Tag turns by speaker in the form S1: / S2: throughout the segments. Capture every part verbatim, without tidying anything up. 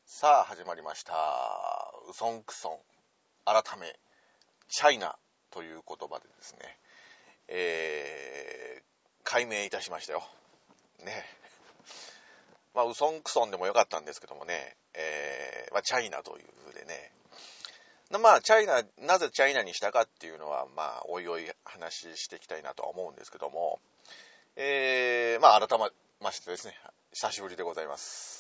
S1: さあ始まりました。ウソンクソン改めチャイナという言葉でですね、えー、解明いたしましたよ。ね。まあウソンクソンでもよかったんですけどもね、えー、まあチャイナという風でね。まあチャイナ、なぜチャイナにしたかっていうのはまあおいおい話していきたいなとは思うんですけども、えー、まあ改めましてですね、久しぶりでございます。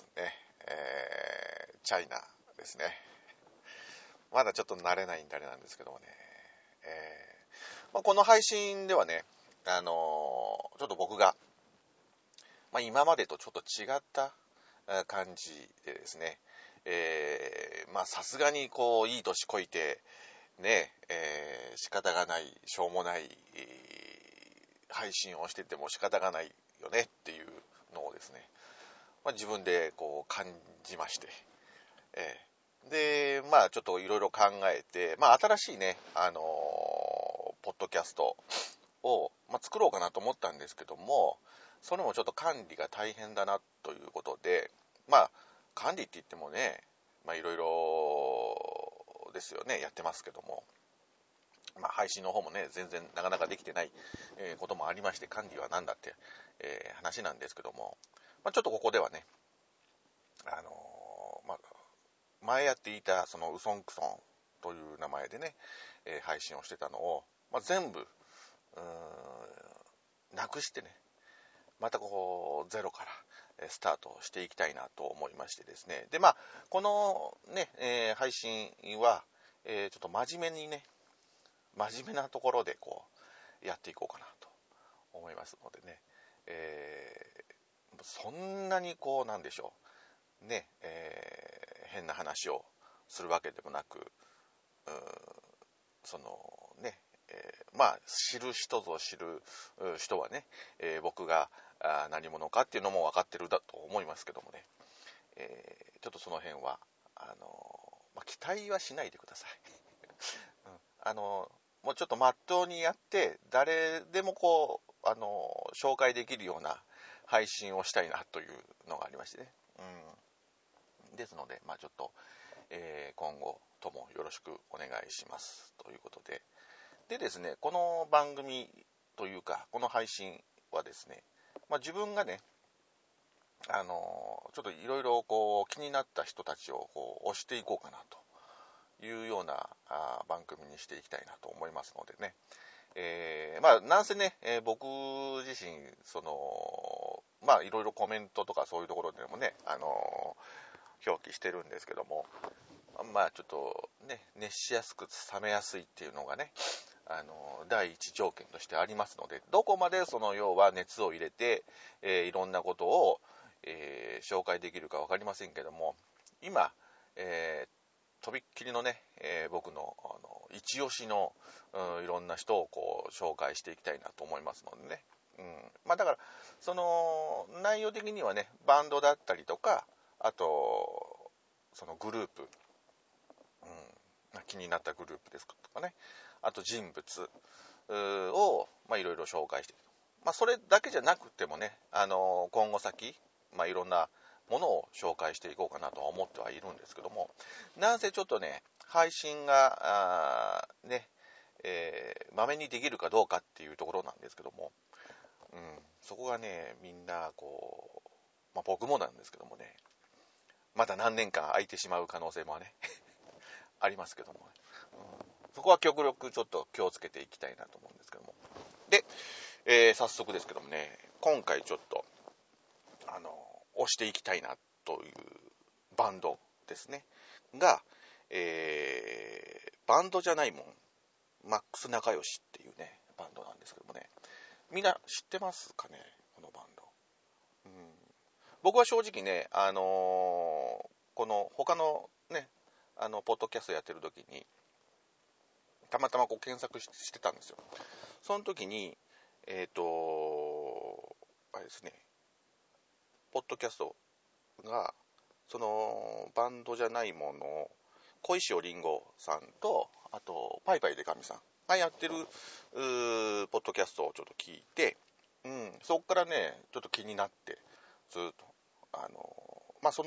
S1: ね、えー、チャイナですね。まだちょっと慣れないんであれなんですけどもね、えーまあ、この配信ではね、あのー、ちょっと僕が、まあ、今までとちょっと違った感じでですね、えー、まあさすがにこういい年こいてね、えー、仕方がないしょうもない、えー、配信をしてても仕方がないよねっていうのをですね、まあ、自分でこう感じまして、えー、でまあちょっといろいろ考えて、まあ新しいねあのー、ポッドキャストを、まあ、作ろうかなと思ったんですけども、それもちょっと管理が大変だなということで、まあ管理って言ってもね、まあいろいろですよね、やってますけども、まあ、配信の方もね全然なかなかできてない、えー、こともありまして、管理はなんだって、えー、話なんですけども、まあ、ちょっとここではね、あのー、まあ前やっていたそのウソンクソンという名前でね、えー、配信をしてたのを、まあ、全部うーんなくしてね、またこうゼロからスタートしていきたいなと思いましてですね。でまあこのね、えー、配信は、えー、ちょっと真面目にね、真面目なところでこうやっていこうかなと思いますのでね、えー、そんなにこうなんでしょうね、えー、変な話をするわけでもなく、うーんそのね、えー、まあ知る人ぞ知る人はね、えー、僕が何者かっていうのも分かってるだと思いますけどもね、えー、ちょっとその辺はあのーまあ、期待はしないでください、うん、あのー、もうちょっとまっとうにやって誰でもこう、あのー、紹介できるような配信をしたいなというのがありましてね、うん、ですのでまあちょっと、えー、今後ともよろしくお願いしますということで、でですね、この番組というかこの配信はですね、まあ、自分がね、あのちょっといろいろこう気になった人たちをこう推していこうかなというようなあ番組にしていきたいなと思いますのでね、えー、まあなんせね、えー、僕自身そのまあいろいろコメントとかそういうところでもね、あの表記してるんですけども、まあちょっとね熱しやすく冷めやすいっていうのがね、あの第一条件としてありますので、どこまでその要は熱を入れて、えー、いろんなことを、えー、紹介できるか分かりませんけども、今、えー、とびっきりのね、えー、僕の、あの一押しの、うん、いろんな人をこう紹介していきたいなと思いますのでね、うん、まあだからその内容的にはね、バンドだったりとか、あとそのグループ、うん、気になったグループですとかね、あと人物をまあいろいろ紹介していく、まあ、それだけじゃなくてもね、あの今後先、まあ、いろんなものを紹介していこうかなとは思ってはいるんですけども、なんせちょっとね配信があね、えー、まめにできるかどうかっていうところなんですけども、うん、そこがねみんなこう、まあ、僕もなんですけどもね、また何年間空いてしまう可能性もねありますけども、うん、そこは極力ちょっと気をつけていきたいなと思うんですけども、で、えー、早速ですけどもね、今回ちょっとあの推していきたいなというバンドですねが、えー、バンドじゃないもんマックス仲良しっていうねバンドなんですけどもね、みんな知ってますかね、このバンド。うん、僕は正直ね、あのー、この他のねあのポッドキャストやってる時にたまたまこう検索してたんですよ。その時にえっ、ー、とあれですね、ポッドキャストがそのバンドじゃないもの、小石尾りんごさんとあとパイパイでかみさんがやってるポッドキャストをちょっと聞いて、うん、そこからねちょっと気になってずっとあのまあその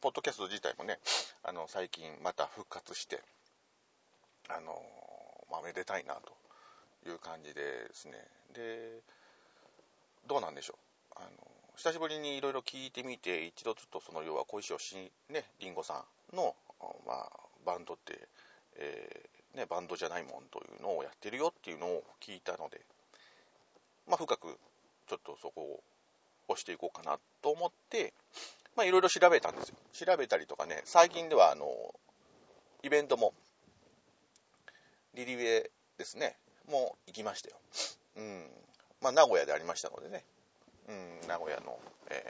S1: ポッドキャスト自体もね、あの最近また復活して、あのまあ、めでたいなという感じでですね。で、どうなんでしょう。あの久しぶりにいろいろ聞いてみて、一度ちょっとその要は小石よしね、りんごさんの、まあ、バンドって、えーね、バンドじゃないもんというのをやってるよっていうのを聞いたので、まあ、深くちょっとそこを押していこうかなと思って、まあいろいろ調べたんですよ。調べたりとかね、最近ではあのイベントもリリウェイですね、もう行きましたよ。うん、まあ名古屋でありましたのでね、うん、名古屋の、え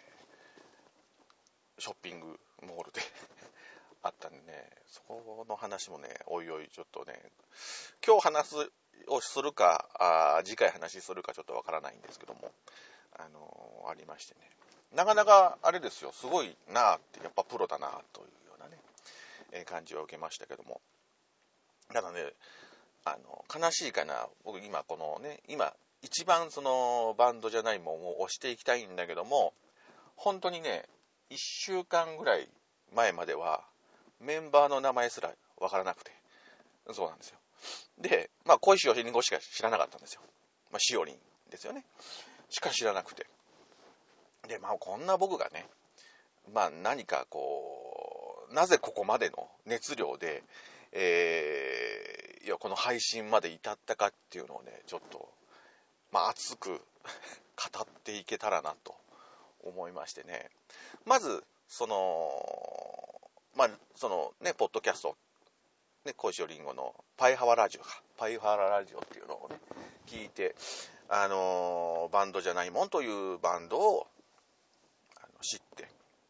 S1: ー、ショッピングモールであったんでね、そこの話もね、おいおいちょっとね、今日話すをするか、あ次回話するかちょっとわからないんですけども、あのー、ありましてね。なかなかあれですよ、すごいなあって、やっぱプロだなというようなね、えー、感じを受けましたけども。ただね、あの、悲しいかな、僕今このね、今、一番そのバンドじゃないもんを押していきたいんだけども、本当にね、いっしゅうかんぐらい前までは、メンバーの名前すらわからなくて、そうなんですよ。で、まあ、小石よしりんごしか知らなかったんですよ。まあ、しおりんですよね。しか知らなくて。で、まあ、こんな僕がね、まあ、何かこう、なぜここまでの熱量で、えー、いや、この配信まで至ったかっていうのをね、ちょっと、まあ、熱く語っていけたらなと思いましてね。まず、その、まあ、そのね、ポッドキャスト、ね、小石よりんごのパイハワラジオか、パイハワラジオっていうのをね、聞いて、あのー、バンドじゃないもんというバンドをあの知って、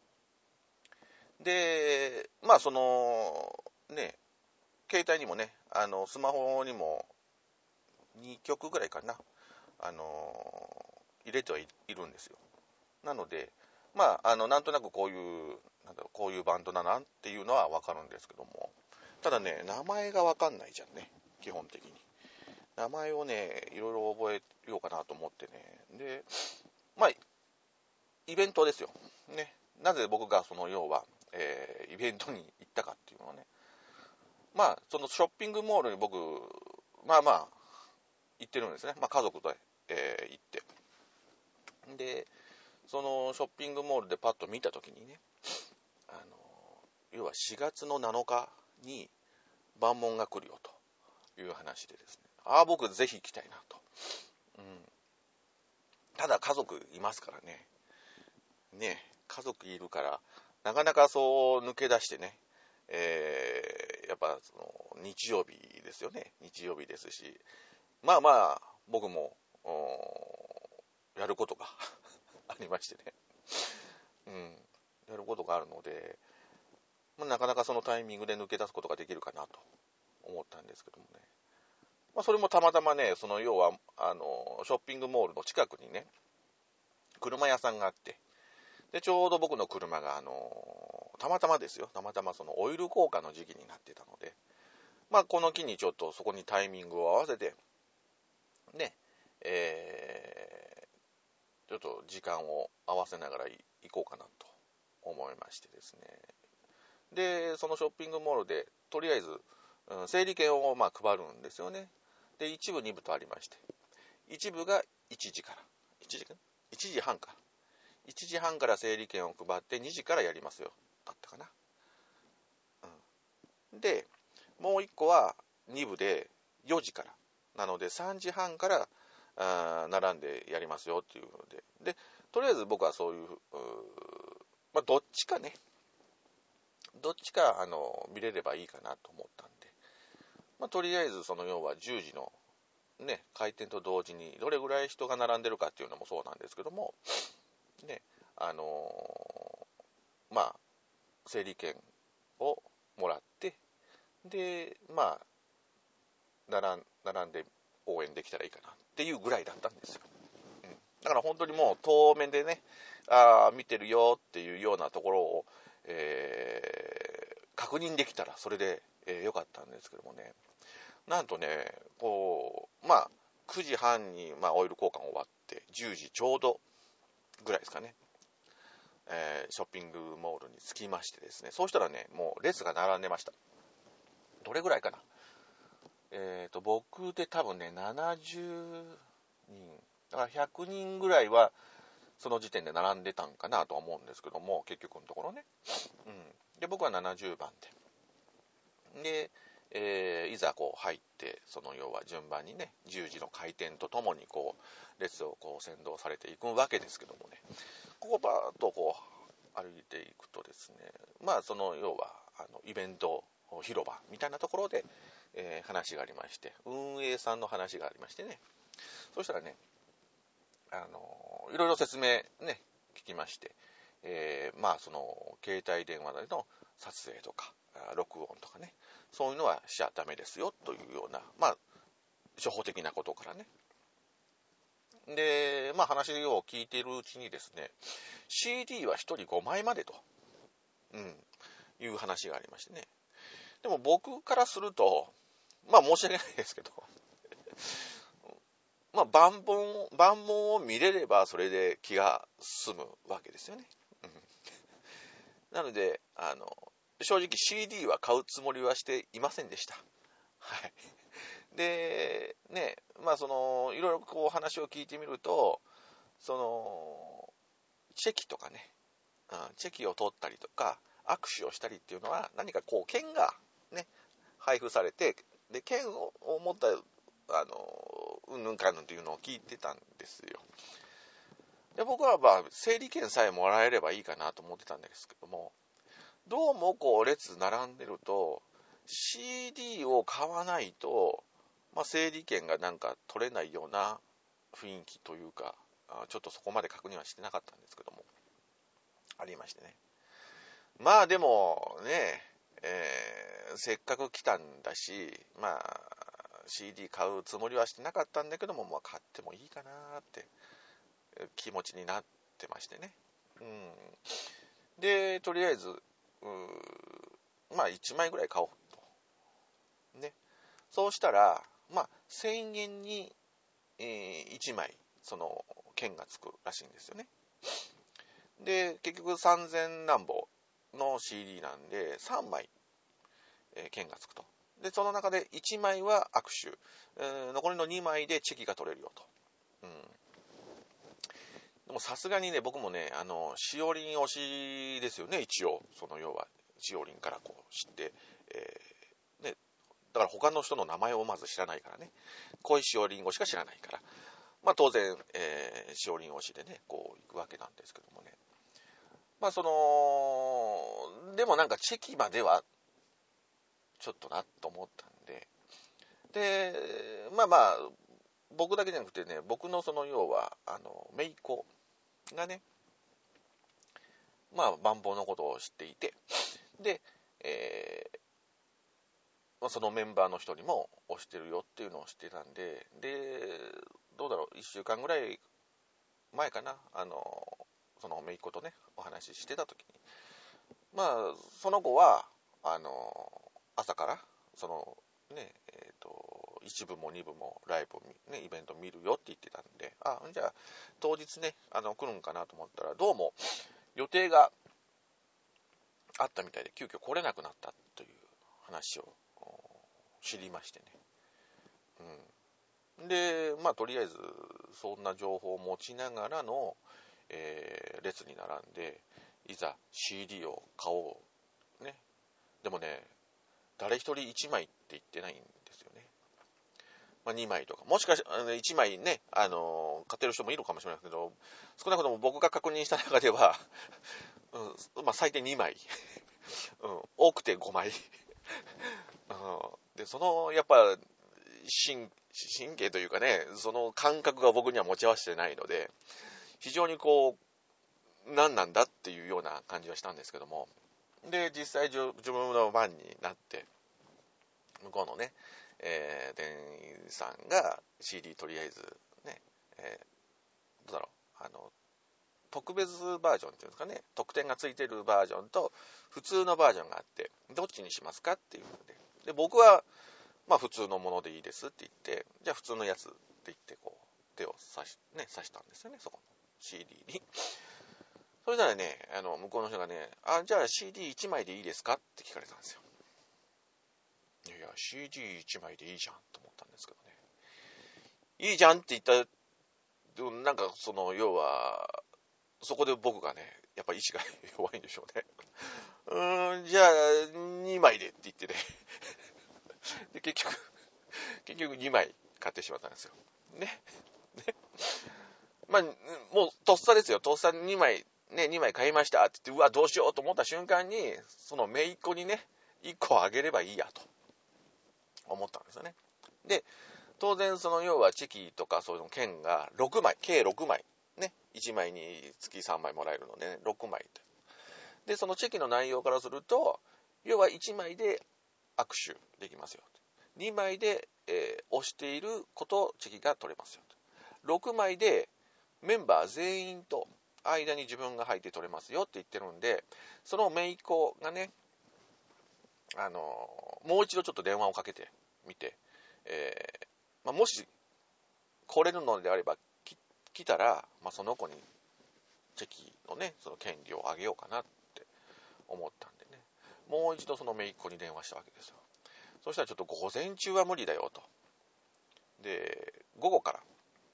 S1: で、まあその、ね、携帯にもね、あの、スマホにもにきょくぐらいかな、あのー、入れてはいるんですよ。なので、まあ、あの、なんとなくこういう、なんだろう、こういうバンドだなっていうのはわかるんですけども、ただね、名前がわかんないじゃんね、基本的に。名前をね、いろいろ覚えようかなと思ってね。で、まあ、イベントですよ。ね。なぜ僕がその要は、えー、イベントに行ったかっていうのはね。まあ、そのショッピングモールに僕、まあまあ、行ってるんですね。まあ家族で、えー、行って。で、そのショッピングモールでパッと見たときにね、あの、要はしがつのなのかに万門が来るよという話でですね。ああ、僕ぜひ行きたいなと。うん。ただ家族いますからね。ね、家族いるから、なかなかそう抜け出してね、えー、やっぱその日曜日ですよね。日曜日ですし、まあまあ、僕も、やることがありましてね。うん。やることがあるので、まあ、なかなかそのタイミングで抜け出すことができるかなと思ったんですけどもね。まあ、それもたまたまね、その要は、あの、ショッピングモールの近くにね、車屋さんがあって、で、ちょうど僕の車が、あのーたまたまですよ。たまたまそのオイル交換の時期になってたので、まあ、この機にちょっとそこにタイミングを合わせて、ね、えー、ちょっと時間を合わせながら行こうかなと思いましてですね。で、そのショッピングモールで、とりあえず、うん、整理券をまあ配るんですよね。で、一部、二部とありまして、一部がいちじから、いちじか ?いち 時半から。いちじはんから整理券を配ってにじからやりますよ。だったかな。うん、で、もういっこはに部でよじから。なのでさんじはんからあ並んでやりますよっていうので。で、とりあえず僕はそういう、うまあ、どっちかね。どっちか、あの、見れればいいかなと思ったんで。まあ、とりあえずその要はじゅうじのね、開店と同時にどれぐらい人が並んでるかっていうのもそうなんですけども、ね、あのー、まあ、整理券をもらって、で、まあ、並ん並んで応援できたらいいかなっていうぐらいだったんですよ。うん、だから本当にもう遠目でね、あ見てるよっていうようなところを、えー、確認できたらそれで、えー、よかったんですけどもね。なんとね、こう、まあ、くじはんに、まあ、オイル交換終わって、じゅうじちょうどぐらいですかね。 えー、ショッピングモールに着きましてですね、そうしたらね、もう列が並んでました。どれぐらいかな。えーと、僕で多分ね、ななじゅうにん、だからひゃくにんぐらいは、その時点で並んでたんかなとは思うんですけども、結局のところね。うん。で、僕はななじゅうばんで。で、えーいざこう入って、その要は順番にね、十字の回転とともにこう、列をこう先導されていくわけですけどもね、ここバーッとこう、歩いていくとですね、まあその要は、あの、イベント広場みたいなところで、えー話がありまして、運営さんの話がありましてね、そしたらね、あの、いろいろ説明ね、聞きまして、えーまあその、携帯電話での撮影とか、録音とかね、そういうのはしちゃダメですよというような、まあ、初歩的なことからね。で、まあ話を聞いているうちにですね、シーディー はひとりごまいまでと、うん、いう話がありましてね。でも僕からすると、まあ申し訳ないですけど、まあ万本、万本を見れればそれで気が済むわけですよね。うん、なので、あの、正直 シーディー は買うつもりはしていませんでした。はい。で、ね、まあその、いろいろこう話を聞いてみると、その、チェキとかね、うん、チェキを取ったりとか、握手をしたりっていうのは、何かこう、券がね、配布されて、で、券を持った、あの、うんぬんかんぬんっていうのを聞いてたんですよ。で、僕はまあ、整理券さえもらえればいいかなと思ってたんですけども、どうもこう、列並んでると、シーディー を買わないと、まあ、整理券がなんか取れないような雰囲気というか、ちょっとそこまで確認はしてなかったんですけども、ありましてね。まあでもね、えー、せっかく来たんだし、まあ シーディー 買うつもりはしてなかったんだけども、まあ買ってもいいかなって気持ちになってましてね。うん。で、とりあえず、うまあいちまいぐらい買おうと。ね。そうしたら、まあせんえんに、えー、いちまい、その、券がつくらしいんですよね。で、結局さんぜんなんぼの シーディー なんで、さんまい、えー、券がつくと。で、その中でいちまいは握手、えー、残りのにまいでチェキが取れるよと。うん。でもさすがにね、僕もね、あの、しおりん推しですよね、一応。その要は、しおりんからこう知って、えー、ね、だから他の人の名前をまず知らないからね、恋しおりんごしか知らないから、まあ当然、えー、しおりん推しでね、こう行くわけなんですけどもね。まあその、でもなんかチェキまでは、ちょっとなと思ったんで、で、まあまあ、僕だけじゃなくてね、僕のその要は、あの、姪っ子がね、まあ、万宝のことを知っていて、で、えーまあ、そのメンバーの人にも推してるよっていうのを知ってたんで、で、どうだろう、いっしゅうかんぐらい前かな、あの、その姪っ子とね、お話ししてた時に、まあ、その子は、あの、朝から、その、ね、えっ、ー、と、一部も二部もライブ、ね、イベント見るよって言ってたんで、あ、じゃあ、当日ね、あの、来るんかなと思ったら、どうも予定があったみたいで、急遽来れなくなったという話を知りましてね。うん。で、まあ、とりあえず、そんな情報を持ちながらの、えー、列に並んで、いざ シーディー を買おう。ね。でもね、誰一人いちまいって言ってないんですよね。まあ、にまいとか。もしかしいちまいね、あのー、買ってる人もいるかもしれないけど、少なくとも僕が確認した中では、うん、まあ、最低にまい。うん、多くてごまい。うん、で、その、やっぱ、神、神経というかね、その感覚が僕には持ち合わせてないので、非常にこう、何なんだっていうような感じはしたんですけども。で、実際自分の番になって、向こうのね、えー、店員さんが シーディー とりあえずね、えー、どうだろう、あの、特別バージョンっていうんですかね、特典がついてるバージョンと普通のバージョンがあって、どっちにしますかっていうので、で、僕は、まあ普通のものでいいですって言って、じゃあ普通のやつって言って、こう、手を差し、ね、差したんですよね、そこの シーディー に。 それならね、あの、向こうの人がね、あ、じゃあ シーディーいち 枚でいいですかって聞かれたんですよ。いや、シーディーいち 枚でいいじゃんと思ったんですけどね。いいじゃんって言った、なんかその、要は、そこで僕がね、やっぱり意志が弱いんでしょうね。うーん、じゃあにまいでって言ってね。で、結局、結局にまい買ってしまったんですよ。ね。ね。まあ、もう、とっさですよ。とっさにまい、ね、にまい買いましたって言って、うわ、どうしようと思った瞬間に、その姪っ子にね、いっこあげればいいやと思ったんですよね。で、当然その要はチェキとかそういうの券がろくまい、計ろくまい。ね。いちまいにつきさんまいもらえるので、ね、ろくまい。で、そのチェキの内容からすると、要はいちまいで握手できますよ。にまいで、えー、押していることチェキが取れますよ。ろくまいでメンバー全員と間に自分が入って取れますよって言ってるんで、その姪っ子がね、あのー、もう一度ちょっと電話をかけてみて、えーまあ、もし来れるのであれば来たら、まあ、その子にチェキのね、その権利をあげようかなって思ったんでね、もう一度その姪っ子に電話したわけですよ。そしたらちょっと午前中は無理だよと。で、午後から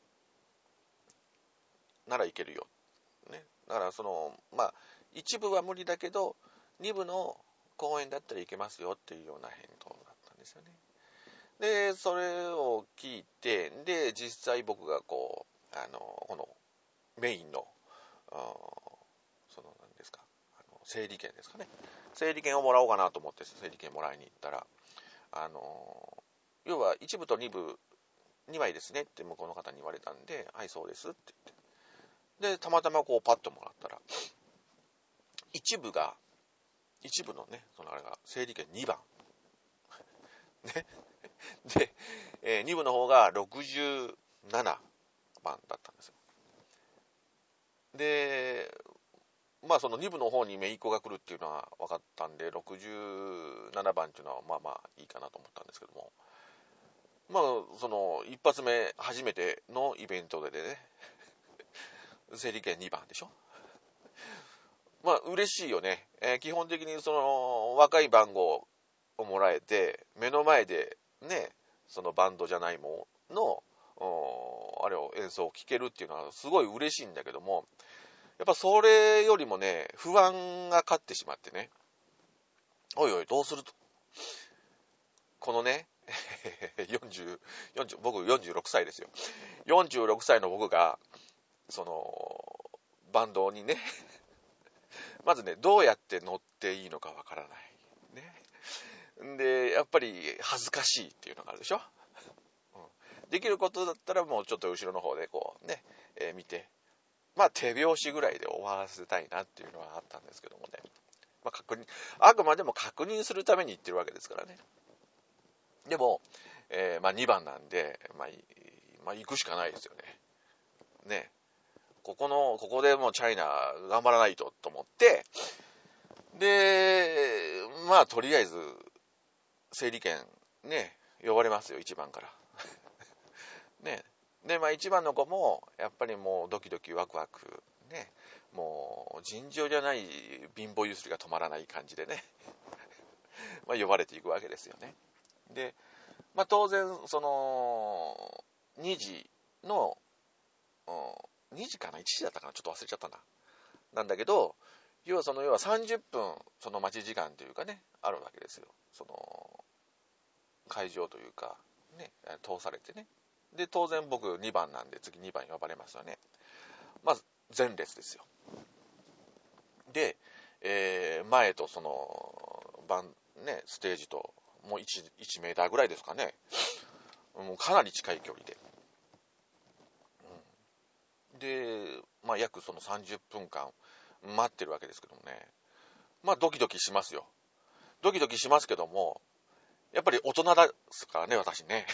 S1: ならいけるよ。ね。だからその、まあ、一部は無理だけど、二部の公演だったらいけますよっていうような返答だったんですよね。で、それを聞いて、で、実際僕がこう、あの、このメインの、その何ですか、あの整理券ですかね。整理券をもらおうかなと思って整理券もらいに行ったら、あの、要は一部と二部にまいですねって向こうの方に言われたんで、はい、そうですって言って。で、たまたまこうパッともらったら、一部が、一部のね、そのあれが、整理券にばん。ね。で、えー、に部の方がろくじゅうななばんだったんですよ。で、まあそのに部の方に姪っ子が来るっていうのは分かったんで、ろくじゅうななばんっていうのはまあまあいいかなと思ったんですけども、まあその一発目初めてのイベントでね、整理券にばんでしょ。まあ嬉しいよね。えー、基本的にその若い番号をもらえて、目の前でね、そのバンドじゃないもの、あれを演奏を聴けるっていうのはすごい嬉しいんだけども、やっぱそれよりもね、不安が勝ってしまってね、おいおいどうすると。このね、よんじゅう、よんじゅう、僕よんじゅうろくさいですよ。よんじゅうろくさいの僕が、その、バンドにね、まずね、どうやって乗っていいのかわからない。ね。で、やっぱり恥ずかしいっていうのがあるでしょ。うん、できることだったらもうちょっと後ろの方でこうね、えー、見て、まあ手拍子ぐらいで終わらせたいなっていうのはあったんですけどもね。まあ確認、あくまでも確認するために言ってるわけですからね。でも、えー、まあにばんなんで、まあ、まあ行くしかないですよね。ね。ここの、ここでもうチャイナ頑張らないとと思って、で、まあとりあえず、整理券ね、呼ばれますよ、いちばんから。ね。で、まあいちばんの子も、やっぱりもうドキドキワクワク、ね。もう尋常じゃない貧乏ゆすりが止まらない感じでね、まあ呼ばれていくわけですよね。で、まあ当然、その、にじの、にじかな ?いち 時だったかなちょっと忘れちゃったな。なんだけど、要はその、要はさんじゅっぷん、その待ち時間というかね、あるわけですよ。その、会場というか、ね、通されてね。で、当然僕にばんなんで次にばん呼ばれますよね。まず、前列ですよ。で、えー、前とその、バン、ね、ステージと、もう 1, いちメーターぐらいですかね。もうかなり近い距離で。うん、で、まあ約そのさんじゅっぷんかん待ってるわけですけどもね。まあドキドキしますよ。ドキドキしますけども、やっぱり大人ですからね、私ね。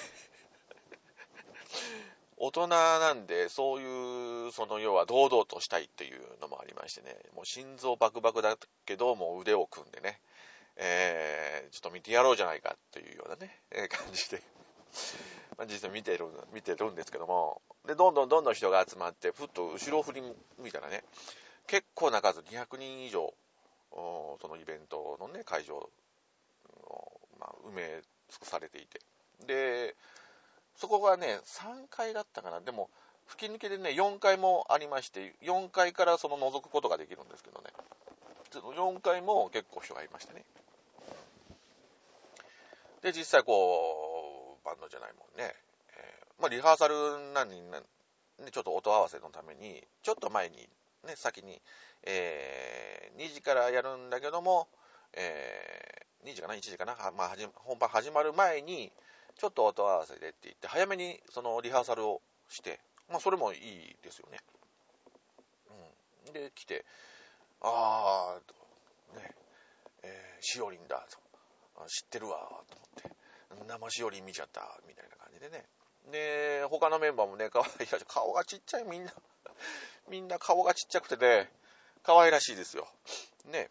S1: 大人なんで、そういう、その要は堂々としたいっていうのもありましてね、もう心臓バクバクだけど、もう腕を組んでね、えー、ちょっと見てやろうじゃないかっていうようなね、えー、感じで、まあ、実際見てる、見てるんですけども、で、どんどんどんどん人が集まって、ふっと後ろを振り向いたらね、 結構な数、にひゃくにん以上、そのイベントのね、会場を、まあ、埋め尽くされていて。で、そこがね、さんかいだったかな。でも、吹き抜けでね、よんかいもありまして、よんかいからその覗くことができるんですけどね。よんかいも結構人がいましたね。で、実際こう、バンドじゃないもんね。えー、まあ、リハーサル何人、ね、ちょっと音合わせのために、ちょっと前に、ね、先に、えー、にじからやるんだけども、えー、にじかな、いちじかな、まあ、本番始まる前に、ちょっと音合わせでって言って、早めにそのリハーサルをして、まあ、それもいいですよね。うん。で、来て、あー、ね、えー、しおりんだと。知ってるわと思って生しおり見ちゃったみたいな感じでね。で他のメンバーもね、かわいい、顔がちっちゃい、みんなみんな顔がちっちゃくてね、可愛らしいですよね。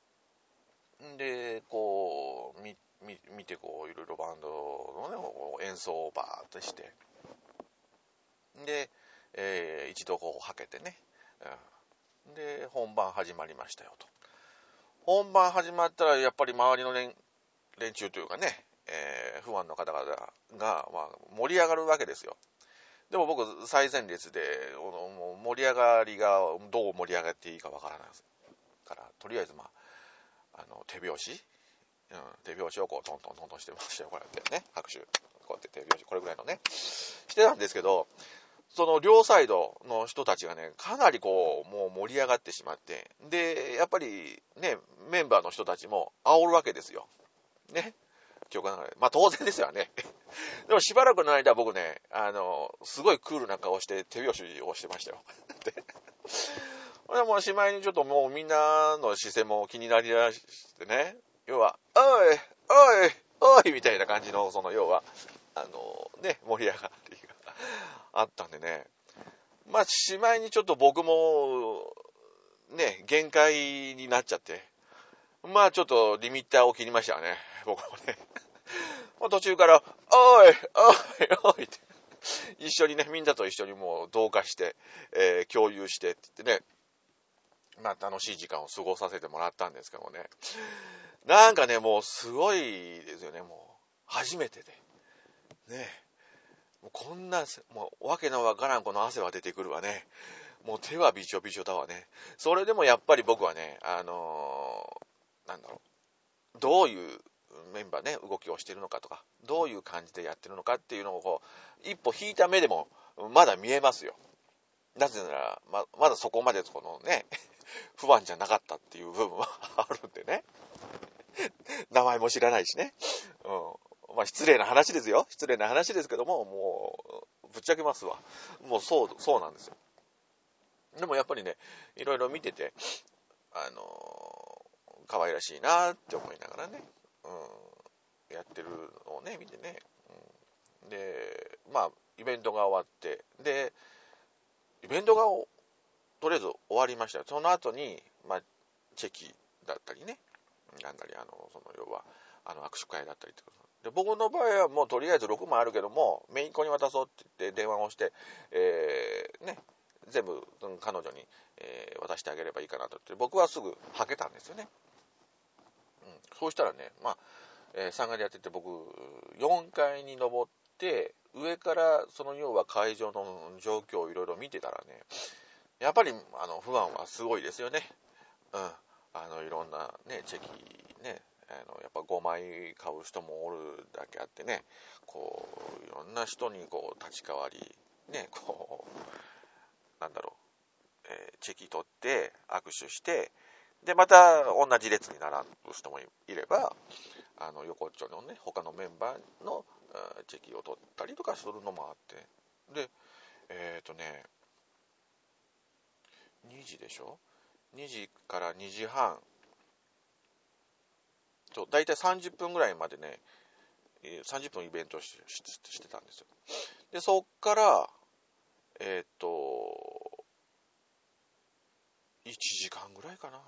S1: でこう見見て、こういろいろバンドのね演奏をバーッとして、で、えー、一度こうはけてね、うん、で本番始まりましたよと。本番始まったらやっぱり周りの連連中というかね、えー、ファンの方々が、まあ、盛り上がるわけですよ。でも僕最前列でもう盛り上がりがどう盛り上がっていいかわからないから、とりあえずまあ、あの手拍子、うん、手拍子をこうトントントントンしてましたよ。こうやってね、拍手、こうやって手拍子、これぐらいのねしてたんですけど、その両サイドの人たちがね、かなりこうもう盛り上がってしまって、でやっぱりね、メンバーの人たちも煽るわけですよね。曲が流れ、まあ当然ですよね。でもしばらくの間僕ね、あのすごいクールな顔して手拍子をしてましたよ。で、これもうしまいにちょっともうみんなの視線も気になりだしてね、要はおいおいおいみたいな感じの、その要はあのね、盛り上がりがあったんでね、まあしまいにちょっと僕もね限界になっちゃって、まあちょっとリミッターを切りましたね、僕もね。途中からおいおいおいって一緒にね、みんなと一緒にもう同化して、えー、共有してって言ってね、まあ楽しい時間を過ごさせてもらったんですけどもね、なんかね、もうすごいですよね。もう初めてでね、もうこんなもうわけのわからんこの汗は出てくるわね。もう手はびちょびちょだわね。それでもやっぱり僕はね、あのー、なんだろう、どういうメンバーね、動きをしているのかとか、どういう感じでやってるのかっていうのをこう一歩引いた目でもまだ見えますよ。なぜなら ま, まだそこまでこのね不安じゃなかったっていう部分はあるんでね、名前も知らないしね、うん、まあ失礼な話ですよ、失礼な話ですけども、もうぶっちゃけますわ、もうそうそうなんですよ。でもやっぱりね、いろいろ見てて、あのー、可愛らしいなって思いながらね、うん、やってるのをね見てね、うん、でまあイベントが終わって、でイベントがとりあえず終わりましたよ。その後に、まあ、チェキだったりね、なんだり、あのその要はあの握手会だったりとかで、僕の場合はもうとりあえずろくまいあるけども、姪っ子に渡そうって言って電話をして、えー、ね、全部彼女に、えー、渡してあげればいいかなと言って、僕はすぐはけたんですよね。うん、そうしたらね、まあ、えー、さんがいでやってて、僕よんかいに登って上からその要は会場の状況をいろいろ見てたらね、やっぱりあの不安はすごいですよね。うん、あのいろんなねチェキね、あのやっぱごまい買う人もおるだけあってね、こういろんな人にこう立ち代わりね、こうなんだろう、えー、チェキ取って握手して、でまた同じ列に並ぶ人もいれば、あの横っちょのね他のメンバーのチェキを取ったりとかするのもあって、でえっ、ー、とねにじでしょ、にじからにじはん、そうだいたいさんじゅっぷんぐらいまでね、さんじゅっぷんイベント し, し, してたんですよ。でそっからえー、っといちじかんぐらいかな、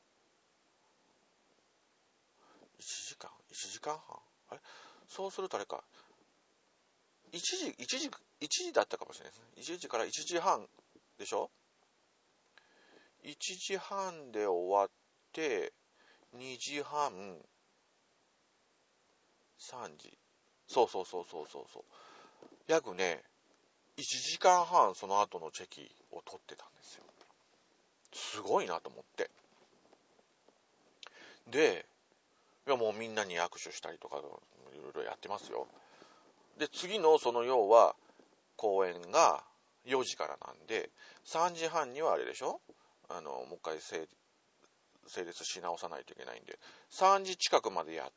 S1: いちじかんいちじかんはん、あれ、そうするとあれか、いちじいちじいちじだったかもしれないですね。いちじからいちじはんでしょ、 いちじはんで終わって、にじはん、さんじ、そうそうそうそうそうそう。約ね、いちじかんはんその後のチェキを取ってたんですよ。すごいなと思って。で、いやもうみんなに握手したりとか、いろいろやってますよ。で、次のその要は、公演がよじからなんで、さんじはんにはあれでしょ、あの、もう一回整列し直さないといけないんで、さんじ近くまでやって、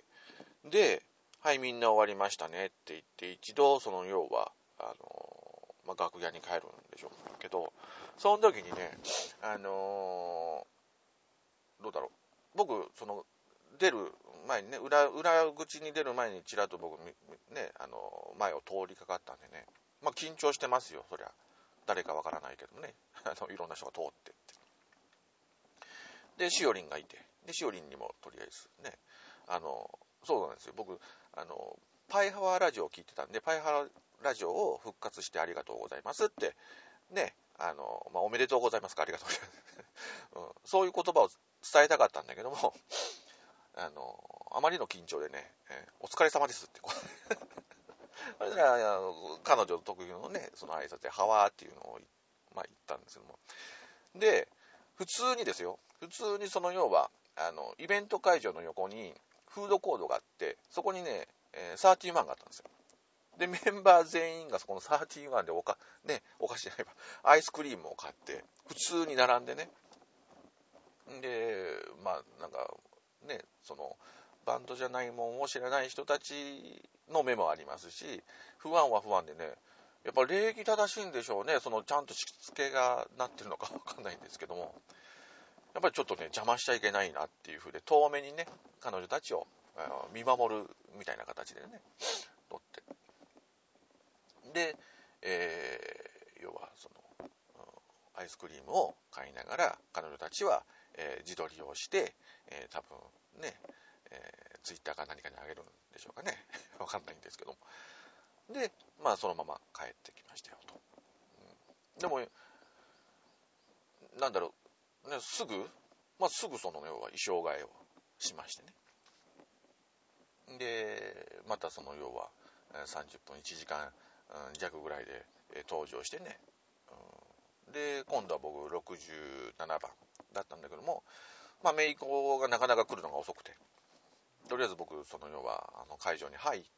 S1: で、はい、みんな終わりましたねって言って、一度、その要は、あの、まあ、楽屋に帰るんでしょうけど、その時にね、あのー、どうだろう、僕、その、出る前にね、裏、裏口に出る前にちらっと僕、ね、あの、前を通りかかったんでね、まあ、緊張してますよ、そりゃ。誰かわからないけどもね、あの、いろんな人が通ってって。で、しおりんがいて、で、しおりんにもとりあえずね、あの、そうなんですよ、僕、あの、パイハワラジオを聞いてたんで、パイハワラジオを復活してありがとうございますって、ね、あの、まあ、おめでとうございますか、ありがとうございます、うん。そういう言葉を伝えたかったんだけども、あの、あまりの緊張でね、えー、お疲れ様ですって、あれは彼女特有のね、その挨拶で、ハワーっていうのを、まあ、言ったんですけども。で、普通にですよ、普通にその要は、あの、イベント会場の横にフードコートがあって、そこにね、えー、サーティワンがあったんですよ。で、メンバー全員がそこのサーティワンでおか、ね、お菓子じゃないわ、アイスクリームを買って、普通に並んでね。で、まあ、なんか、ね、その、バンドじゃないもんを知らない人たちの目もありますし、不安は不安でね、やっぱ礼儀正しいんでしょうね。そのちゃんとしつけがなってるのかわかんないんですけども、やっぱりちょっとね、邪魔しちゃいけないなっていう風で、遠目にね、彼女たちを見守るみたいな形でね、撮って。で、えー、要はその、アイスクリームを買いながら、彼女たちは、えー、自撮りをして、えー、多分ね、えー、ツイッターか何かにあげるんでしょうかね。わかんないんですけども。で、まあそのまま帰ってきましたよと。うん、でも、なんだろう、ね、すぐ、まあすぐその要は衣装替えをしましてね。で、またその要はさんじゅっぷん、いちじかん弱ぐらいで登場してね。うん、で、今度は僕ろくじゅうななばんだったんだけども、まあ姪っ子がなかなか来るのが遅くて、とりあえず僕その要はあの会場に入って、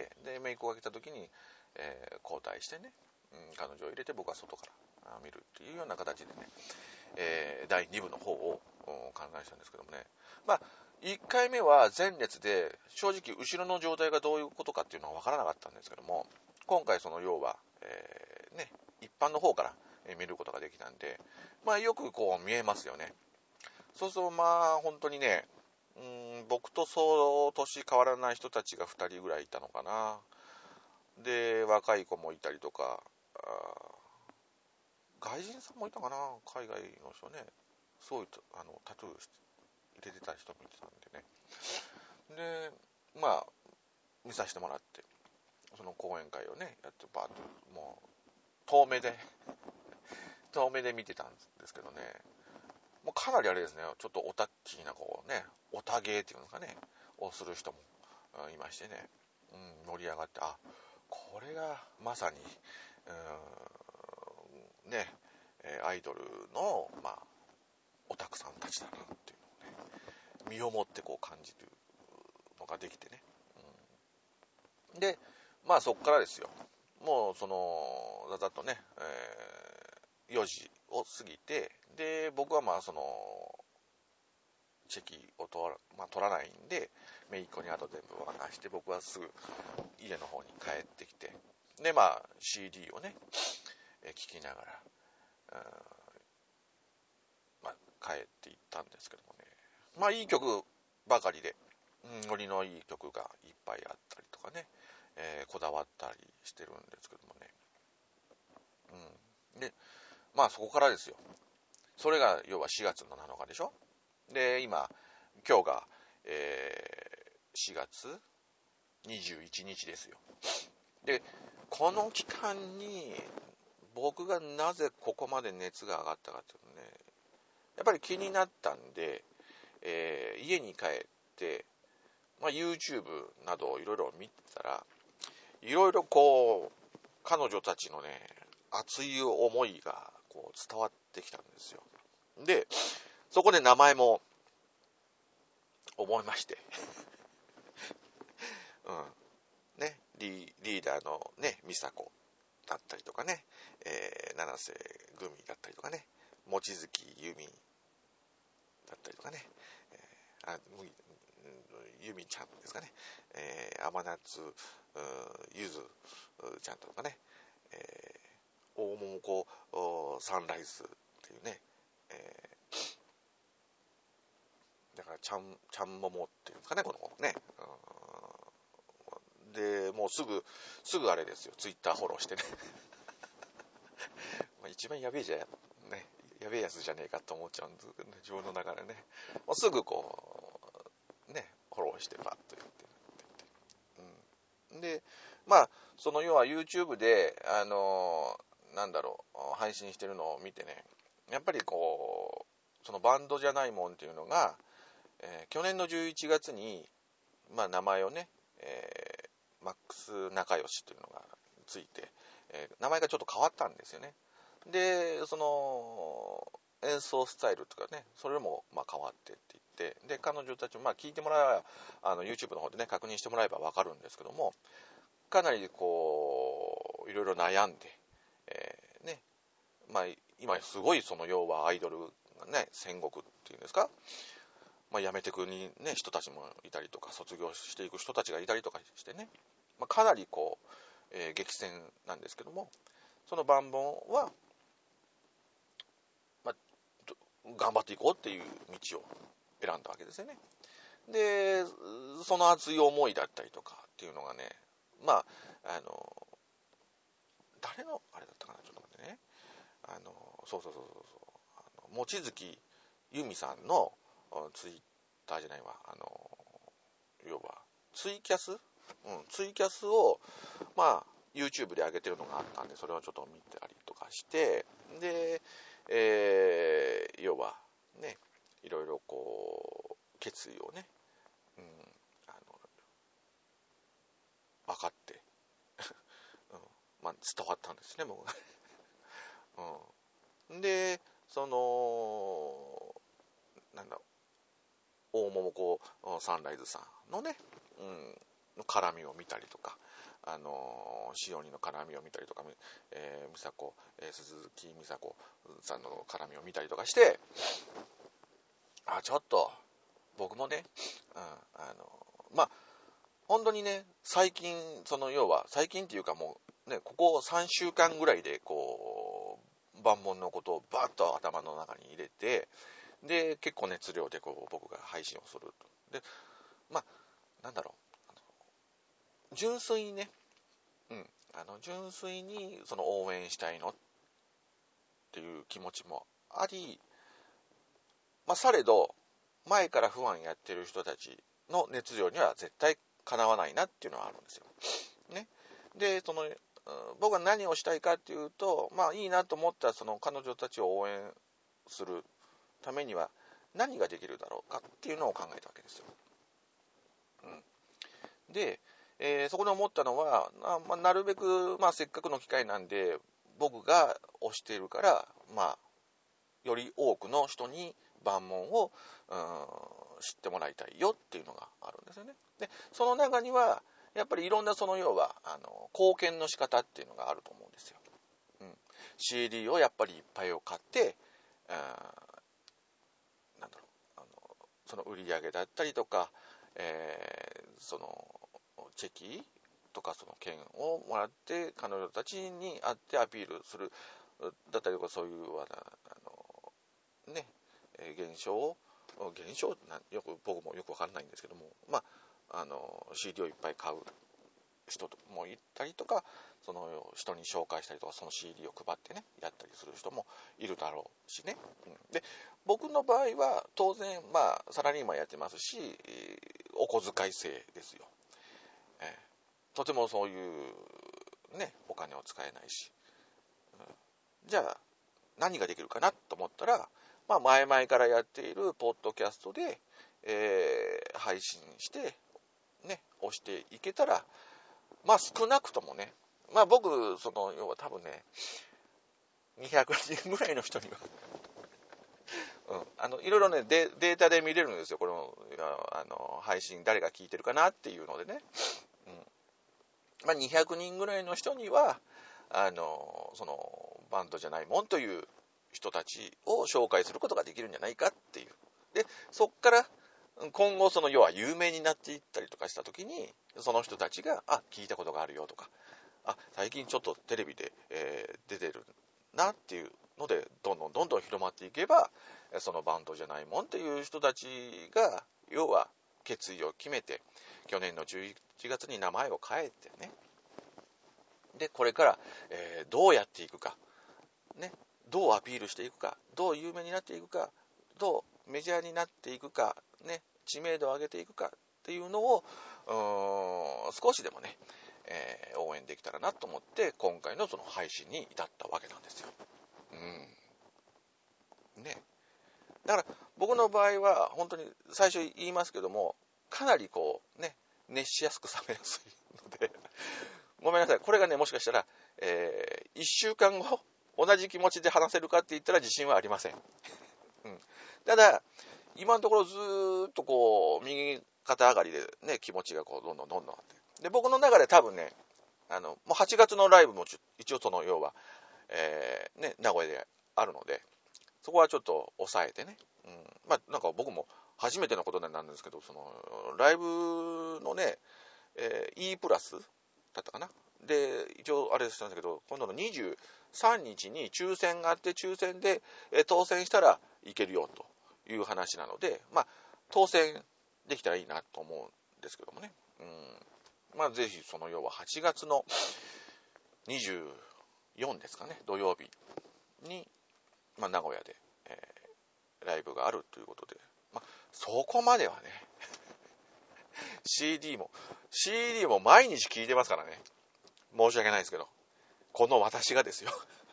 S1: で姪っ子が来た時に、えー、交代してね、うん、彼女を入れて僕は外から見るっていうような形でね、えー、だいにぶの方を考えしたんですけどもね、まあいっかいめは前列で正直後ろの状態がどういうことかっていうのは分からなかったんですけども、今回その要は、えー、ね、一般の方から見ることができたんで、まあよくこう見えますよね。そうするとまあ本当にね、うーん、僕とそう年変わらない人たちがふたりぐらいいたのかな。で、若い子もいたりとか、外人さんもいたかな、海外の人ね。そういうあのタトゥー入れてた人もいてたんでね。で、まあ、見させてもらって、その講演会をね、やって、バーッと、もう、遠目で、遠目で見てたんですけどね、もうかなりあれですね、ちょっとオタッキーな、こうね、オタゲーっていうのかね、をする人もいましてね、うん、盛り上がって、あ、これがまさに、うん、ね、アイドルの、まあ、オタクさんたちだなっていうのをね、身をもってこう感じるのができてね。うん、で、まあそっからですよ。もうその、ざざっとね、えー、よじを過ぎて、で、僕はまあその、チェキを取ら、まあ、取らないんで、姪っ子にあと全部渡して、僕はすぐ家の方に帰ってきて、で、まあ シーディー をね、えー、聴きながら、まあ、帰っていったんですけどもね。まあいい曲ばかりで、うん、ノリのいい曲がいっぱいあったりとかね、えー、こだわったりしてるんですけどもね。うん。で、まあそこからですよ。それが要はしがつのなのかでしょ。で、今、今日が、えー、しがつにじゅういちにちですよ。で、この期間に僕がなぜここまで熱が上がったかっていうとね、 やっぱり気になったんで、えー、家に帰って、まあ、YouTube などいろいろ見てたら、いろいろこう彼女たちのね熱い思いがこう伝わってきたんですよ。でそこで名前も覚えましてうんね、リ, リーダーのね美佐子だったりとかね、えー、七瀬グミだったりとかね、望月由美だったりとかね、えー、あ由美ちゃんですかね、えー、甘夏ゆずちゃんとかね、えー、大桃子サンライズっていうね、えー、だからちゃんちゃんももっていうんですかね、この子ね、でもうすぐすぐあれですよ、ツイッターフォローしてねまあ一番やべえじゃねやべえやつじゃねえかと思っちゃうんですけど、ね、自分の中でね、もうすぐこうねフォローしてパッと言って、うん、でまあその要は YouTube であのー、なんだろう配信してるのを見てね、やっぱりこうそのバンドじゃないもんっていうのが、えー、去年のじゅういちがつにまあ名前をね、えー、マックス仲良しというのがついて、えー、名前がちょっと変わったんですよね。でその演奏スタイルとかね、それもまあ変わってって言って、で彼女たちもまあ聞いてもらえばあの YouTube の方でね確認してもらえば分かるんですけども、かなりこういろいろ悩んで、えー、ねまあ今すごいその要はアイドルがね戦国っていうんですか、まあ、辞めてくに、ね、人たちもいたりとか卒業していく人たちがいたりとかしてね、まあ、かなりこう、えー、激戦なんですけども、その万本はまあ、頑張っていこうっていう道を選んだわけですよね。でその熱い思いだったりとかっていうのがね、まああの誰のあれだったかな、ちょっと待ってね、あのそうそうそうそうそうあの望月由美さんのツイッターじゃないわ、あの要はツイキャス、うん、ツイキャスをまあ YouTube で上げてるのがあったんで、それをちょっと見たりとかして、で、えー、要はねいろいろこう決意をね、うん、あの分かって、うん、まあ伝わったんですね僕が、うん、でそのなんだ大桃子サンライズさんのね、うん、絡みを見たりとか、あの塩鬼の絡みを見たりとか、えー、美佐子、えー、鈴木美佐子さんの絡みを見たりとかして、あちょっと僕もね、うん、あのまあ本当にね最近その要は最近っていうかもうねここさんしゅうかんぐらいでこう万門のことをバッと頭の中に入れて、で結構熱量でこう僕が配信をすると。でまあなんだろう、純粋にね、うん、あの純粋にその応援したいのっていう気持ちもあり、まあ、されど前から不安やってる人たちの熱量には絶対かなわないなっていうのはあるんですよ。ね、でその僕は何をしたいかっていうと、まあいいなと思ったその彼女たちを応援するためには何ができるだろうかっていうのを考えたわけですよ。うん、で、えー、そこで思ったのは、あまあ、なるべく、まあ、せっかくの機会なんで僕が推しているから、まあ、より多くの人に万門を、うん、知ってもらいたいよっていうのがあるんですよね。でその中にはやっぱりいろんなその要はあの貢献の仕方っていうのがあると思うんですよ。うん、シーディー をやっぱりいっぱいを買って、うん、なんだろう、あのその売り上げだったりとか、えー、そのチェキとかその券をもらって彼女たちに会ってアピールするだったりとか、そういうあのね現象を現象なよく僕もよく分かんないんですけども、まああの シーディー をいっぱい買う人もいたりとか、その人に紹介したりとか、その シーディー を配ってねやったりする人もいるだろうしね、うん、で僕の場合は当然まあサラリーマンやってますし、お小遣い制ですよ、えー、とてもそういうねお金を使えないし、うん、じゃあ何ができるかなと思ったら、 まあ、前々からやっているポッドキャストで、えー、配信してね押していけたら、まあ少なくともね、まあ僕その要は多分ねにひゃくにんぐらいの人にはうん、あのいろいろね デ, データで見れるんですよ、このあの配信誰が聞いてるかなっていうのでね、うん、まあ、にひゃくにんぐらいの人にはあのそのバンドじゃないもんという人たちを紹介することができるんじゃないかっていう。でそっから今後その要は有名になっていったりとかした時にその人たちがあ聞いたことがあるよとか、あ最近ちょっとテレビで、えー、出てるなっていうのでどんどんどんどん広まっていけば、そのバンドじゃないもんっていう人たちが要は決意を決めて去年のじゅういちがつに名前を変えてね、でこれから、えー、どうやっていくかね、どうアピールしていくか、どう有名になっていくか、どうメジャーになっていくかね、知名度を上げていくかっていうのをうーん少しでもね、えー、応援できたらなと思って今回のその配信に至ったわけなんですよ。うんね、だから僕の場合は本当に最初言いますけども、かなりこうね熱しやすく冷めやすいのでごめんなさい、これがねもしかしたら、えー、いっしゅうかんご同じ気持ちで話せるかって言ったら自信はありません、うん、ただ今のところずーっとこう右肩上がりでね気持ちがこうどんどんどんどんあって、で僕の中で多分ねあのもうはちがつのライブも一応その要は、えーね、名古屋であるのでそこはちょっと抑えてね、うん、まあなんか僕も初めてのことなんですけど、そのライブのね、えー、E プラスだったかなで一応あれしたんですけど、今度のにじゅうさんにちに抽選があって、抽選で、えー、当選したらいけるよという話なので、まあ当選できたらいいなと思うんですけどもね、うん、まあぜひその要ははちがつのにじゅうよっかですかね、土曜日に、まあ、名古屋で、えー、ライブがあるということで、まあ、そこまではねシーディー も シーディー も毎日聴いてますからね、申し訳ないですけど、この私がですよ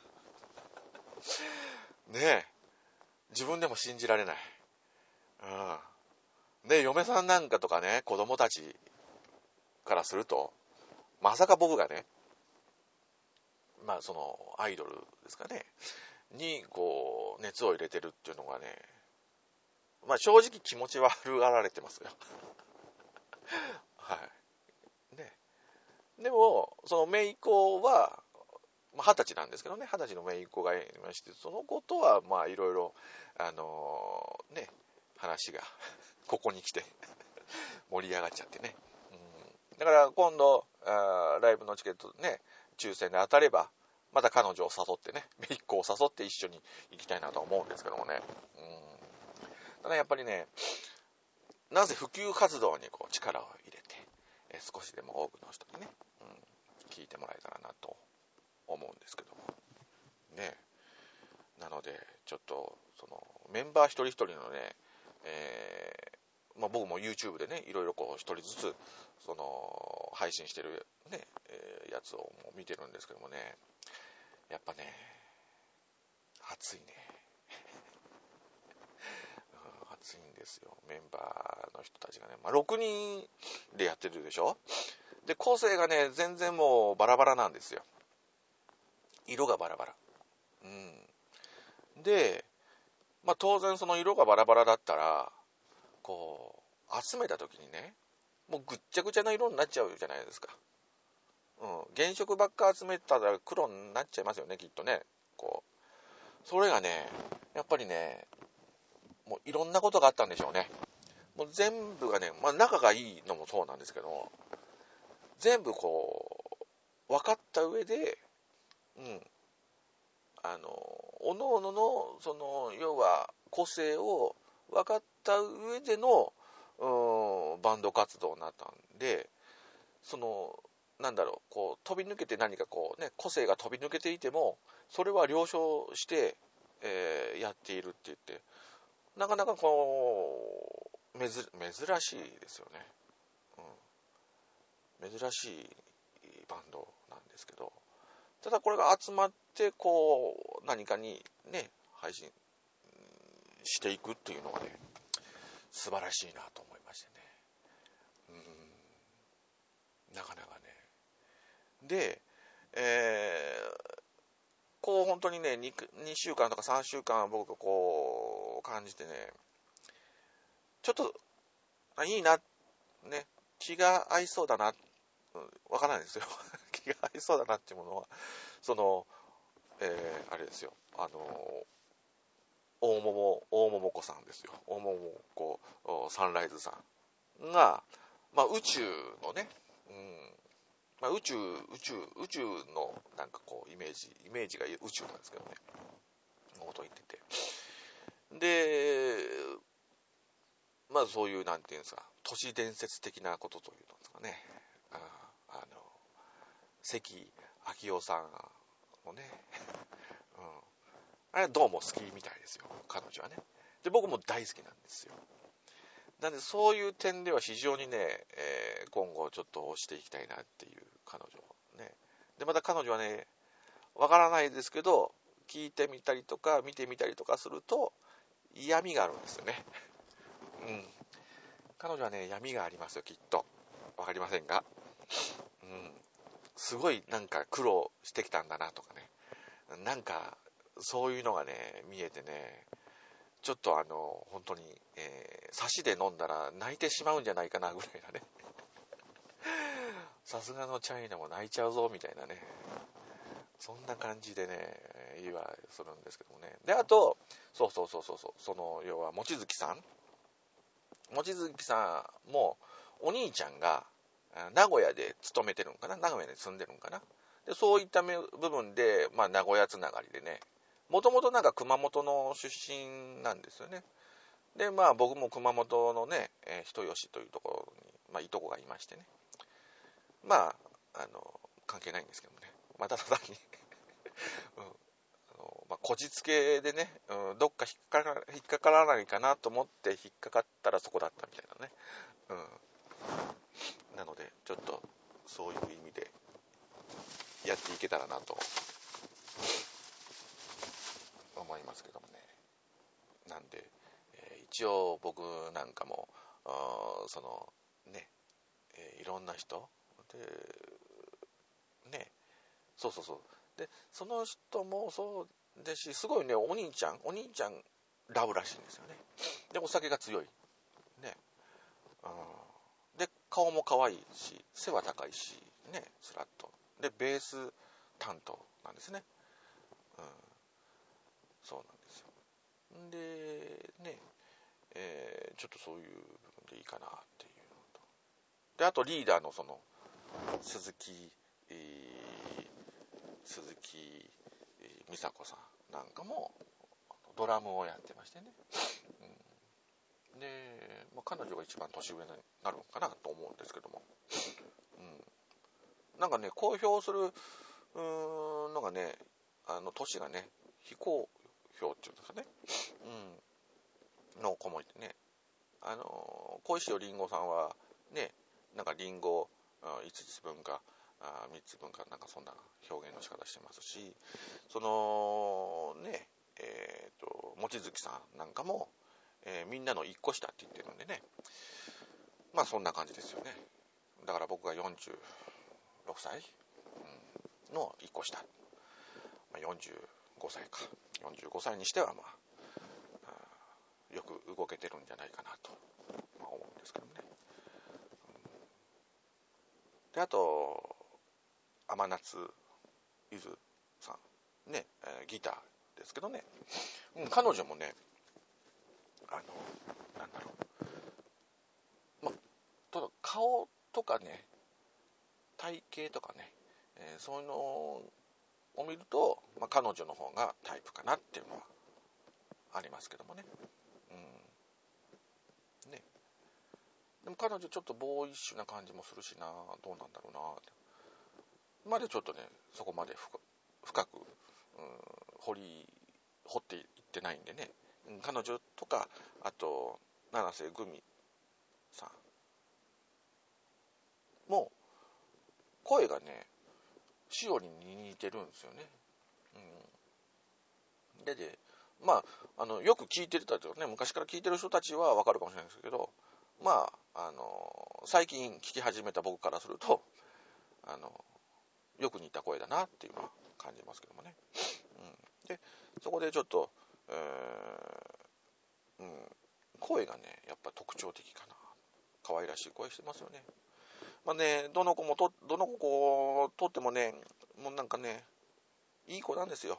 S1: ねえ、自分でも信じられない、うん、で嫁さんなんかとかね子供たちからするとまさか僕がね、まあそのアイドルですかねにこう熱を入れてるっていうのがね、まあ正直気持ち悪がられてますよはいね。でもその姪っ子は二十歳なんですけどね、二十歳の姪っ子がいまして、その子とはまあいろいろあのー、ね話がここに来て盛り上がっちゃってね、うん、だから今度あライブのチケットね抽選で当たればまた彼女を誘ってね、姪っ子を誘って一緒に行きたいなと思うんですけどもね、うん、ただやっぱりね、なぜ普及活動にこう力を入れて、え少しでも多くの人にね、うん、聞いてもらえたらなと思うんですけどもね。なのでちょっとそのメンバー一人一人のね、えーまあ、僕も YouTube でねいろいろこう一人ずつその配信してるね、えー、やつを見てるんですけどもね、やっぱね熱いね熱いんですよ、メンバーの人たちがね、まあ、ろくにんでやってるでしょ。で個性がね全然もうバラバラなんですよ、色がバラバラ、うん、で、まあ、当然その色がバラバラだったらこう集めた時にねもうぐっちゃぐちゃな色になっちゃうじゃないですか、うん、原色ばっか集めたら黒になっちゃいますよねきっとね。こうそれがねやっぱりねもういろんなことがあったんでしょうね。もう全部がね、まあ、仲がいいのもそうなんですけど、全部こう分かった上で、うん、あの各々のその要は個性を分かった上での、うん、バンド活動になったんで、そのなんだろうこう飛び抜けて何かこうね個性が飛び抜けていてもそれは了承して、えー、やっているって言ってなかなかこう珍しいですよね、うん、珍しいバンドなんですけど、ただこれが集まってこう何かにね配信していくっていうのがね、素晴らしいなと思いましてね。うん、なかなかね。で、えー、こう本当にね 2, 2週間とかさんしゅうかん僕がこう感じてね、ちょっとあいいな、ね、気が合いそうだな、うん、わからないですよ気が合いそうだなっていうものは、その、えー、あれですよ、あの大桃大桃子さんですよ。大桃子サンライズさんが、まあ、宇宙のね、うん、まあ、宇宙宇宙宇宙のなんかこうイメージイメージが宇宙なんですけどね、のことを言ってて、で、まあそういうなんていうんですか、都市伝説的なことというんですかね、ああの関明夫さんのね、うん、あれはどうも好きみたいですよ、彼女はね。で僕も大好きなんですよ。なんでそういう点では非常にね、えー、今後ちょっと推していきたいなっていう彼女ね。でまた彼女はね、わからないですけど、聞いてみたりとか見てみたりとかすると嫌味があるんですよね。うん。彼女はね、闇がありますよ、きっと。わかりませんが。うん。すごいなんか苦労してきたんだなとかね。なんか、そういうのがね、見えてね、ちょっとあの、本当に、えー、差しで飲んだら泣いてしまうんじゃないかなぐらいなね。さすがのチャイナも泣いちゃうぞ、みたいなね。そんな感じでね、言いはするんですけどもね。で、あと、そうそうそうそうそう、その、要は、望月さん望月さんもお兄ちゃんが名古屋で勤めてるんかな、名古屋に住んでるんかな。でそういった部分で、まあ、名古屋つながりでね、もともとなんか熊本の出身なんですよね。でまあ僕も熊本のね、えー、人吉というところに、まあ、いとこがいましてね、まああの関係ないんですけどもね、まあ、ただ単に、うん、あのまあ、こじつけでね、うん、どっか引っかか引っかからないかなと思って引っかかったらそこだったみたいなね。うん、なのでちょっとそういう意味でやっていけたらなと思いますけどもね。なんで、えー、一応僕なんかもそのね、えー、いろんな人でね、そうそうそう、でその人もそうですし、すごいね、お兄ちゃんお兄ちゃんラブらしいんですよね。でお酒が強いね、うん、で顔も可愛いし背は高いしね、スラッとでベース担当なんですね。うん、そうなんですよ。でね、えー、ちょっとそういう部分でいいかなっていうのと、であとリーダーのその鈴木、えー、鈴木美佐子さんなんかもドラムをやってましてね、うん、で、まあ、彼女が一番年上になるのかなと思うんですけども、うん、なんかね公表するうーんのがね、あの年がね非公表っていうんですかね、うん、の子もいてね、あの小石尾りんごさんはね、なんかりんごいつつぶんかみっつぶんかなんかそんな表現の仕方してますし、そのねえっ、ー、と望月さんなんかも、えー、みんなのいっこ下って言ってるんでね、まあそんな感じですよね。だから僕がよんじゅうろくさい、うん、のいっこ下、まあ、よんじゅうごさいか、よんじゅうごさいにしてはまあよく動けてるんじゃないかなと、まあ、思うんですけどね。であと天夏ゆずさんね、えー、ギターですけどね、うん、彼女もね、あのなんだろう、まあただ顔とかね体型とかね、えー、そういうのを見ると、まあ、彼女の方がタイプかなっていうのはありますけどもね、うん、ね、でも彼女ちょっとボーイッシュな感じもするしな、どうなんだろうなってまでちょっとね、そこまで深く、うん、掘り掘っていってないんでね、彼女とかあと七瀬グミさんも声がねしおりに似てるんですよね、うん、ででまあ、あの、よく聞いてたとね、昔から聞いてる人たちはわかるかもしれないですけど、まあ、あの、最近聞き始めた僕からすると、あの、よく似た声だなっていうのは感じますけどもね。うん、で、そこでちょっと、えーうん、声がね、やっぱ特徴的かな。可愛らしい声してますよね。まあね、どの子もと、どの子をとってもね、もうなんかね、いい子なんですよ。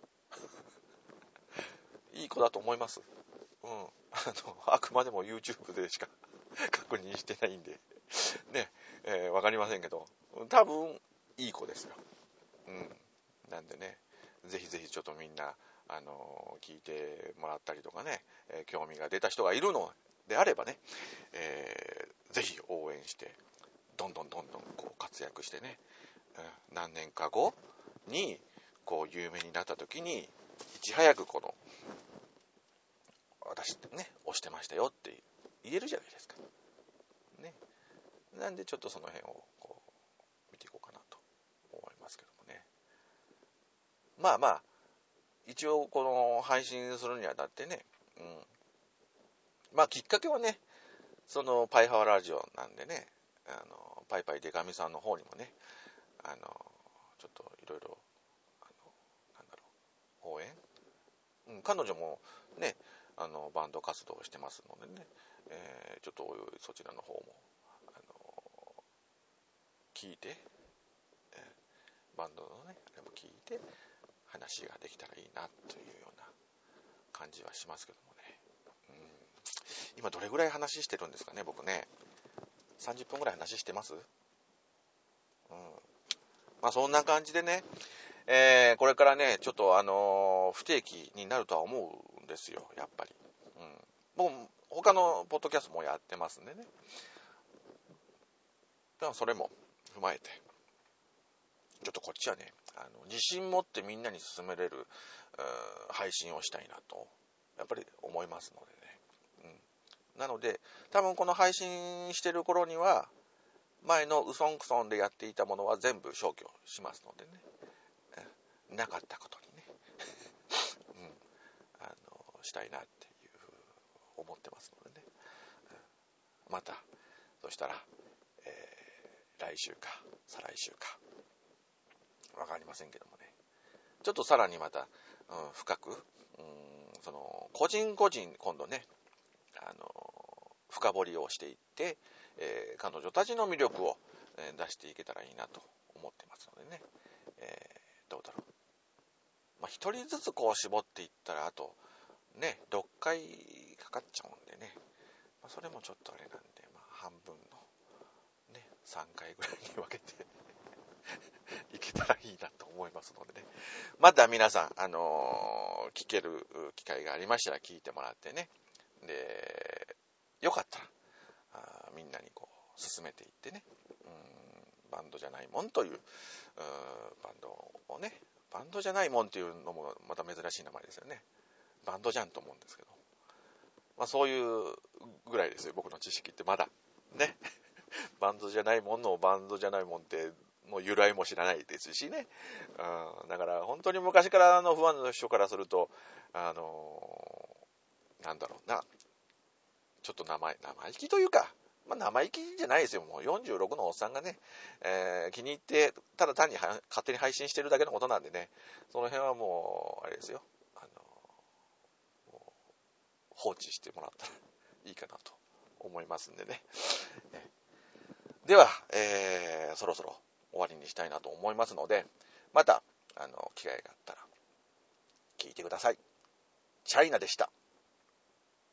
S1: いい子だと思います。うん。あの、あくまでも YouTube でしか確認してないんで、ね、えー、わかりませんけど、多分、いい子ですよ。うん。なんでね、ぜひぜひちょっとみんな、あのー、聞いてもらったりとかね、えー、興味が出た人がいるのであればね、えー、ぜひ応援して、どんどんどんどんこう活躍してね、うん、何年か後に、こう有名になった時に、いち早くこの、私ってね、押してましたよって言えるじゃないですか。ね。なんでちょっとその辺をこう見ていこうかなと思いますけどもね。まあまあ、一応この配信するにあたってね、うん。まあきっかけはね、そのパイハワラジオなんでね、あの、パイパイデカミさんの方にもね、あの、ちょっといろいろ、あの、なんだろう、応援、うん、彼女もね、あの、バンド活動をしてますのでね、えー、ちょっとそちらの方も、あの、聞いて、えー、バンドのね、あれも聞いて、話ができたらいいなというような感じはしますけどもね。うん、今どれぐらい話してるんですかね、僕ね。さんじゅっぷんぐらい話してます？うん。まあそんな感じでね、えー、これからね、ちょっとあのー、不定期になるとは思うんですよ、やっぱり。うん。僕、他のポッドキャストもやってますんでね。でもそれも踏まえて、ちょっとこっちはね、あの自信持ってみんなに勧めれる、配信をしたいなと、やっぱり思いますのでね。うん。なので、多分この配信してる頃には、前のウソンクソンでやっていたものは全部消去しますのでね。なかったことにね、うん、あのしたいなっていう思ってますのでね。また、そしたら、えー、来週か、再来週か、わかりませんけどもね。ちょっとさらにまた、うん、深く、うん、その、個人個人、今度ね、あの、深掘りをしていって、えー、彼女たちの魅力を、えー、出していけたらいいなと思ってますのでね。えー、どうだろう。まあ、一人ずつこう絞っていったら、あと、ね、ろっかいかかっちゃうんでね。まあ、それもちょっとあれなんで、まあ、半分の、ね、さんかいぐらいに分けていけたらいいなと思いますのでね。また皆さん、あのー、聞ける機会がありましたら聞いてもらってね。で、よかったら、あみんなにこう、進めていってね。うん、バンドじゃないもんという、うバンドをね、バンドじゃないもんっていうのもまた珍しい名前ですよね。バンドじゃんと思うんですけど。まあそういうぐらいですよ、僕の知識ってまだ。ね。バンドじゃないもんのバンドじゃないもんって、もう由来も知らないですしね。うん、だから本当に昔からのファンの人からすると、あのー、なんだろうな、ちょっと生意生意気というか、まあ、生意気じゃないですよ。もうよんじゅうろくのおっさんがね、えー、気に入って、ただ単に勝手に配信してるだけのことなんでね、その辺はもう、あれですよ。あのー、もう放置してもらったらいいかなと思いますんでね。では、えー、そろそろ終わりにしたいなと思いますので、また、あの、機会があったら、聞いてください。チャイナでした。